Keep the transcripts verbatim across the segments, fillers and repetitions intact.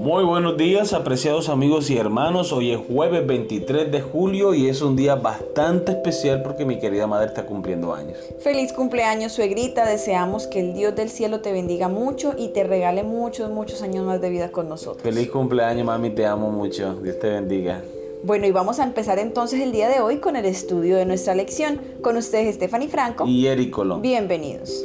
Muy buenos días, apreciados amigos y hermanos. Hoy es jueves veintitrés de julio y es un día bastante especial porque mi querida madre está cumpliendo años. Feliz cumpleaños, suegrita. Deseamos que el Dios del cielo te bendiga mucho y te regale muchos, muchos años más de vida con nosotros. Feliz cumpleaños, mami, te amo mucho. Dios te bendiga. Bueno, y vamos a empezar entonces el día de hoy con el estudio de nuestra lección. Con ustedes, Stephanie Franco y Eric Colón. Bienvenidos.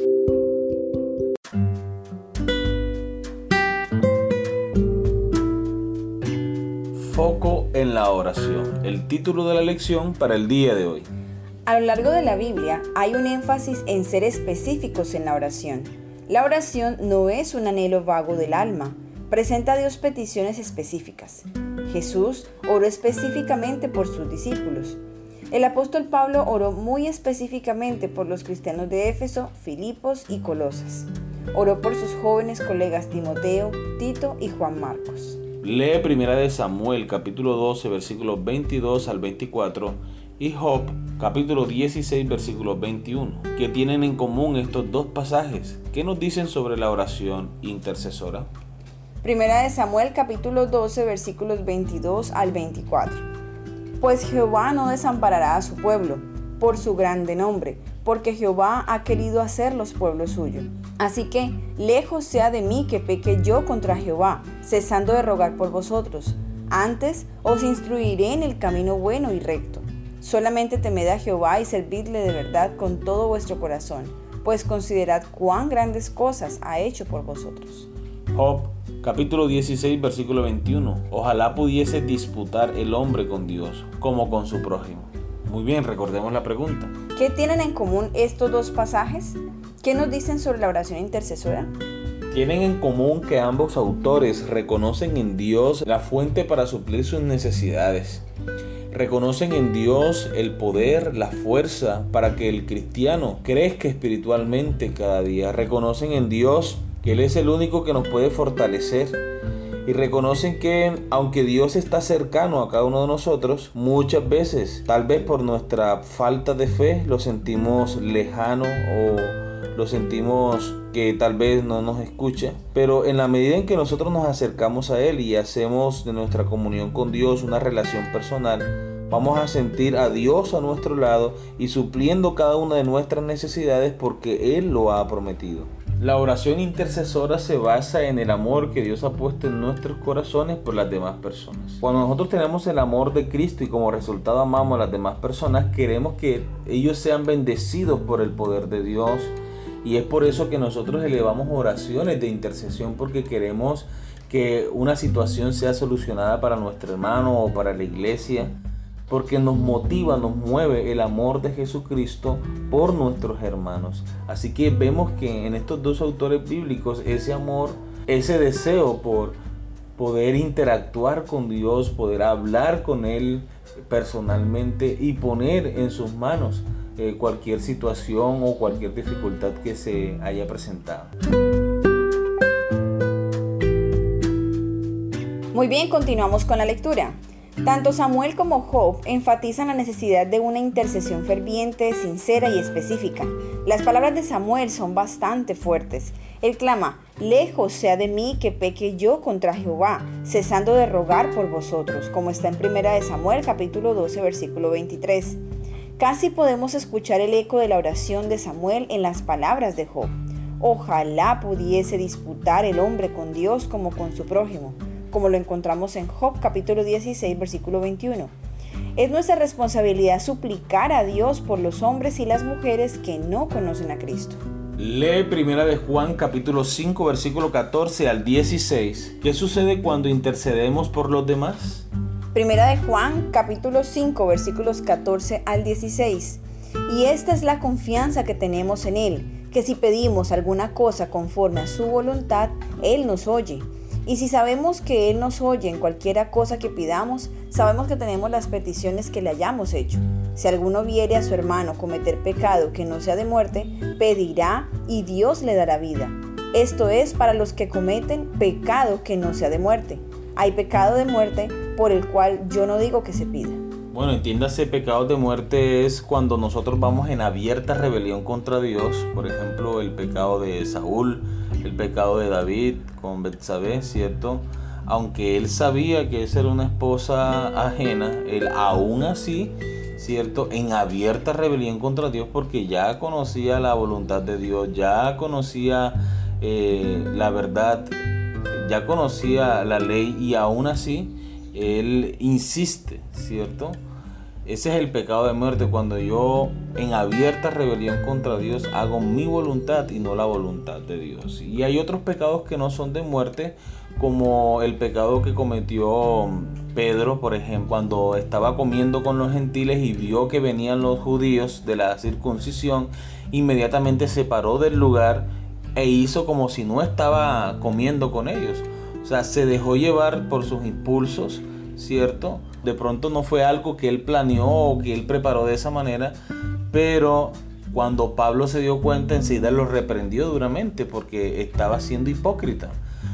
Foco en la oración, el título de la lección para el día de hoy. A lo largo de la Biblia hay un énfasis en ser específicos en la oración. La oración no es un anhelo vago del alma, presenta a Dios peticiones específicas. Jesús oró específicamente por sus discípulos. El apóstol Pablo oró muy específicamente por los cristianos de Éfeso, Filipos y Colosas. Oró por sus jóvenes colegas Timoteo, Tito y Juan Marcos. Lee Primera de Samuel, capítulo doce, versículos veintidós al veinticuatro y Job, capítulo dieciséis, versículos veintiuno. ¿Qué tienen en común estos dos pasajes? ¿Qué nos dicen sobre la oración intercesora? Primera de Samuel, capítulo doce, versículos veintidós al veinticuatro. Pues Jehová no desamparará a su pueblo, por su grande nombre, porque Jehová ha querido hacerlos pueblo suyo. Así que, lejos sea de mí que peque yo contra Jehová, cesando de rogar por vosotros. Antes os instruiré en el camino bueno y recto. Solamente temed a Jehová y servidle de verdad con todo vuestro corazón, pues considerad cuán grandes cosas ha hecho por vosotros. Job, capítulo dieciséis, versículo veintiuno. Ojalá pudiese disputar el hombre con Dios, como con su prójimo. Muy bien, recordemos la pregunta. ¿Qué tienen en común estos dos pasajes? ¿Qué nos dicen sobre la oración intercesora? Tienen en común que ambos autores reconocen en Dios la fuente para suplir sus necesidades. Reconocen en Dios el poder, la fuerza para que el cristiano crezca espiritualmente cada día. Reconocen en Dios que Él es el único que nos puede fortalecer. Y reconocen que aunque Dios está cercano a cada uno de nosotros, muchas veces, tal vez por nuestra falta de fe, lo sentimos lejano o lo sentimos que tal vez no nos escucha. Pero en la medida en que nosotros nos acercamos a Él y hacemos de nuestra comunión con Dios una relación personal, vamos a sentir a Dios a nuestro lado y supliendo cada una de nuestras necesidades porque Él lo ha prometido. La oración intercesora se basa en el amor que Dios ha puesto en nuestros corazones por las demás personas. Cuando nosotros tenemos el amor de Cristo y como resultado amamos a las demás personas, queremos que ellos sean bendecidos por el poder de Dios. Y es por eso que nosotros elevamos oraciones de intercesión, porque queremos que una situación sea solucionada para nuestro hermano o para la iglesia. Porque nos motiva, nos mueve el amor de Jesucristo por nuestros hermanos. Así que vemos que en estos dos autores bíblicos ese amor, ese deseo por poder interactuar con Dios, poder hablar con Él personalmente y poner en sus manos eh, cualquier situación o cualquier dificultad que se haya presentado. Muy bien, continuamos con la lectura. Tanto Samuel como Job enfatizan la necesidad de una intercesión ferviente, sincera y específica. Las palabras de Samuel son bastante fuertes. Él clama, lejos sea de mí que peque yo contra Jehová, cesando de rogar por vosotros, como está en Primera de Samuel, capítulo doce, versículo veintitrés. Casi podemos escuchar el eco de la oración de Samuel en las palabras de Job. Ojalá pudiese disputar el hombre con Dios como con su prójimo, como lo encontramos en Job capítulo dieciséis, versículo veintiuno. Es nuestra responsabilidad suplicar a Dios por los hombres y las mujeres que no conocen a Cristo. Lee Primera de Juan capítulo cinco, versículo catorce al dieciséis. ¿Qué sucede cuando intercedemos por los demás? Primera de Juan capítulo cinco, versículos catorce al dieciséis. Y esta es la confianza que tenemos en Él, que si pedimos alguna cosa conforme a su voluntad, Él nos oye. Y si sabemos que Él nos oye en cualquiera cosa que pidamos, sabemos que tenemos las peticiones que le hayamos hecho. Si alguno viere a su hermano cometer pecado que no sea de muerte, pedirá y Dios le dará vida. Esto es para los que cometen pecado que no sea de muerte. Hay pecado de muerte por el cual yo no digo que se pida. Bueno, entiéndase, pecados de muerte es cuando nosotros vamos en abierta rebelión contra Dios. Por ejemplo, el pecado de Saúl, el pecado de David con Betsabé, ¿cierto? aunque él sabía que esa era una esposa ajena, él aún así, ¿cierto?, en abierta rebelión contra Dios, porque ya conocía la voluntad de Dios, ya conocía eh, la verdad, ya conocía la ley, y aún así él insiste, ¿cierto? Ese es el pecado de muerte, cuando yo en abierta rebelión contra Dios hago mi voluntad y no la voluntad de Dios. Y hay otros pecados que no son de muerte, como el pecado que cometió Pedro, por ejemplo, cuando estaba comiendo con los gentiles y vio que venían los judíos de la circuncisión, inmediatamente se paró del lugar e hizo como si no estaba comiendo con ellos. O sea, se dejó llevar por sus impulsos, ¿cierto? De pronto no fue algo que él planeó o que él preparó de esa manera, pero cuando Pablo se dio cuenta, enseguida lo reprendió duramente porque estaba siendo hipócrita.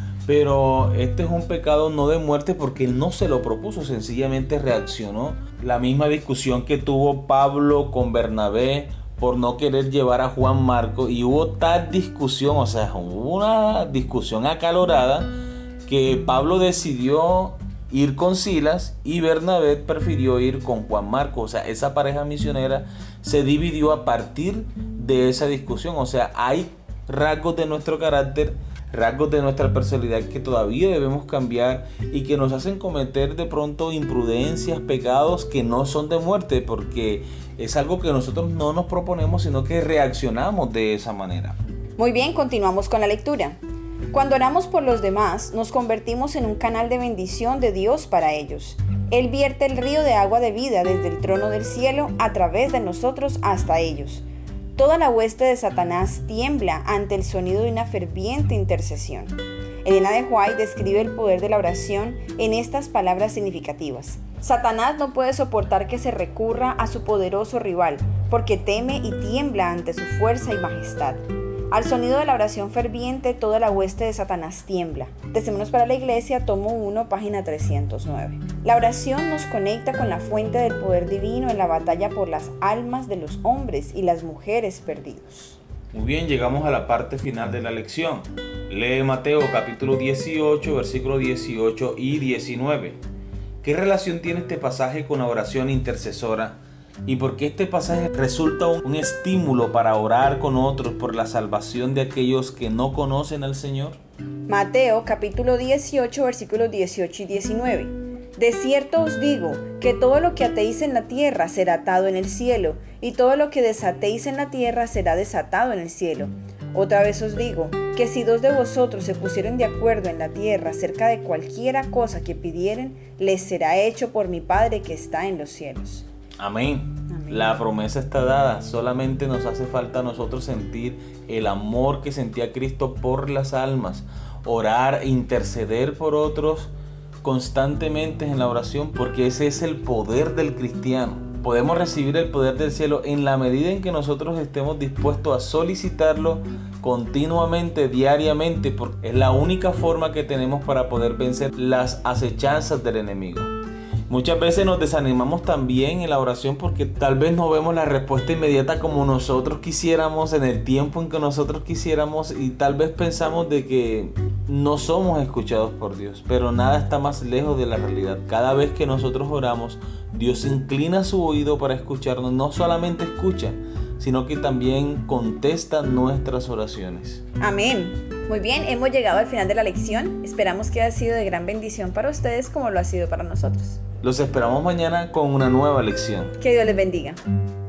Pero este es un pecado no de muerte porque él no se lo propuso, sencillamente reaccionó. La misma discusión que tuvo Pablo con Bernabé por no querer llevar a Juan Marcos, y hubo tal discusión, o sea, hubo una discusión acalorada, que Pablo decidió ir con Silas y Bernabé prefirió ir con Juan Marcos. O sea, esa pareja misionera se dividió a partir de esa discusión. O sea, hay rasgos de nuestro carácter, rasgos de nuestra personalidad que todavía debemos cambiar y que nos hacen cometer de pronto imprudencias, pecados que no son de muerte, porque es algo que nosotros no nos proponemos, sino que reaccionamos de esa manera. Muy bien, continuamos con la lectura. Cuando oramos por los demás, nos convertimos en un canal de bendición de Dios para ellos. Él vierte el río de agua de vida desde el trono del cielo a través de nosotros hasta ellos. Toda la hueste de Satanás tiembla ante el sonido de una ferviente intercesión. Elena de White describe el poder de la oración en estas palabras significativas. Satanás no puede soportar que se recurra a su poderoso rival, porque teme y tiembla ante su fuerza y majestad. Al sonido de la oración ferviente, toda la hueste de Satanás tiembla. Testimonios para la Iglesia, tomo uno, página trescientos nueve. La oración nos conecta con la fuente del poder divino en la batalla por las almas de los hombres y las mujeres perdidos. Muy bien, llegamos a la parte final de la lección. Lee Mateo capítulo dieciocho, versículos dieciocho y diecinueve. ¿Qué relación tiene este pasaje con la oración intercesora? ¿Y por qué este pasaje resulta un estímulo para orar con otros por la salvación de aquellos que no conocen al Señor? Mateo capítulo dieciocho, versículos dieciocho y diecinueve. De cierto os digo que todo lo que atéis en la tierra será atado en el cielo, y todo lo que desatéis en la tierra será desatado en el cielo. Otra vez os digo que si dos de vosotros se pusieren de acuerdo en la tierra acerca de cualquiera cosa que pidieren, les será hecho por mi Padre que está en los cielos. Amén. Amén. La promesa está dada, solamente nos hace falta a nosotros sentir el amor que sentía Cristo por las almas, orar e interceder por otros constantemente en la oración, porque ese es el poder del cristiano. Podemos recibir el poder del cielo en la medida en que nosotros estemos dispuestos a solicitarlo continuamente, diariamente, porque es la única forma que tenemos para poder vencer las acechanzas del enemigo. Muchas veces nos desanimamos también en la oración porque tal vez no vemos la respuesta inmediata como nosotros quisiéramos, en el tiempo en que nosotros quisiéramos, y tal vez pensamos de que no somos escuchados por Dios, pero nada está más lejos de la realidad. Cada vez que nosotros oramos, Dios inclina su oído para escucharnos. No solamente escucha, sino que también contesta nuestras oraciones. Amén. Muy bien, hemos llegado al final de la lección. Esperamos que haya sido de gran bendición para ustedes como lo ha sido para nosotros. Los esperamos mañana con una nueva lección. Que Dios les bendiga.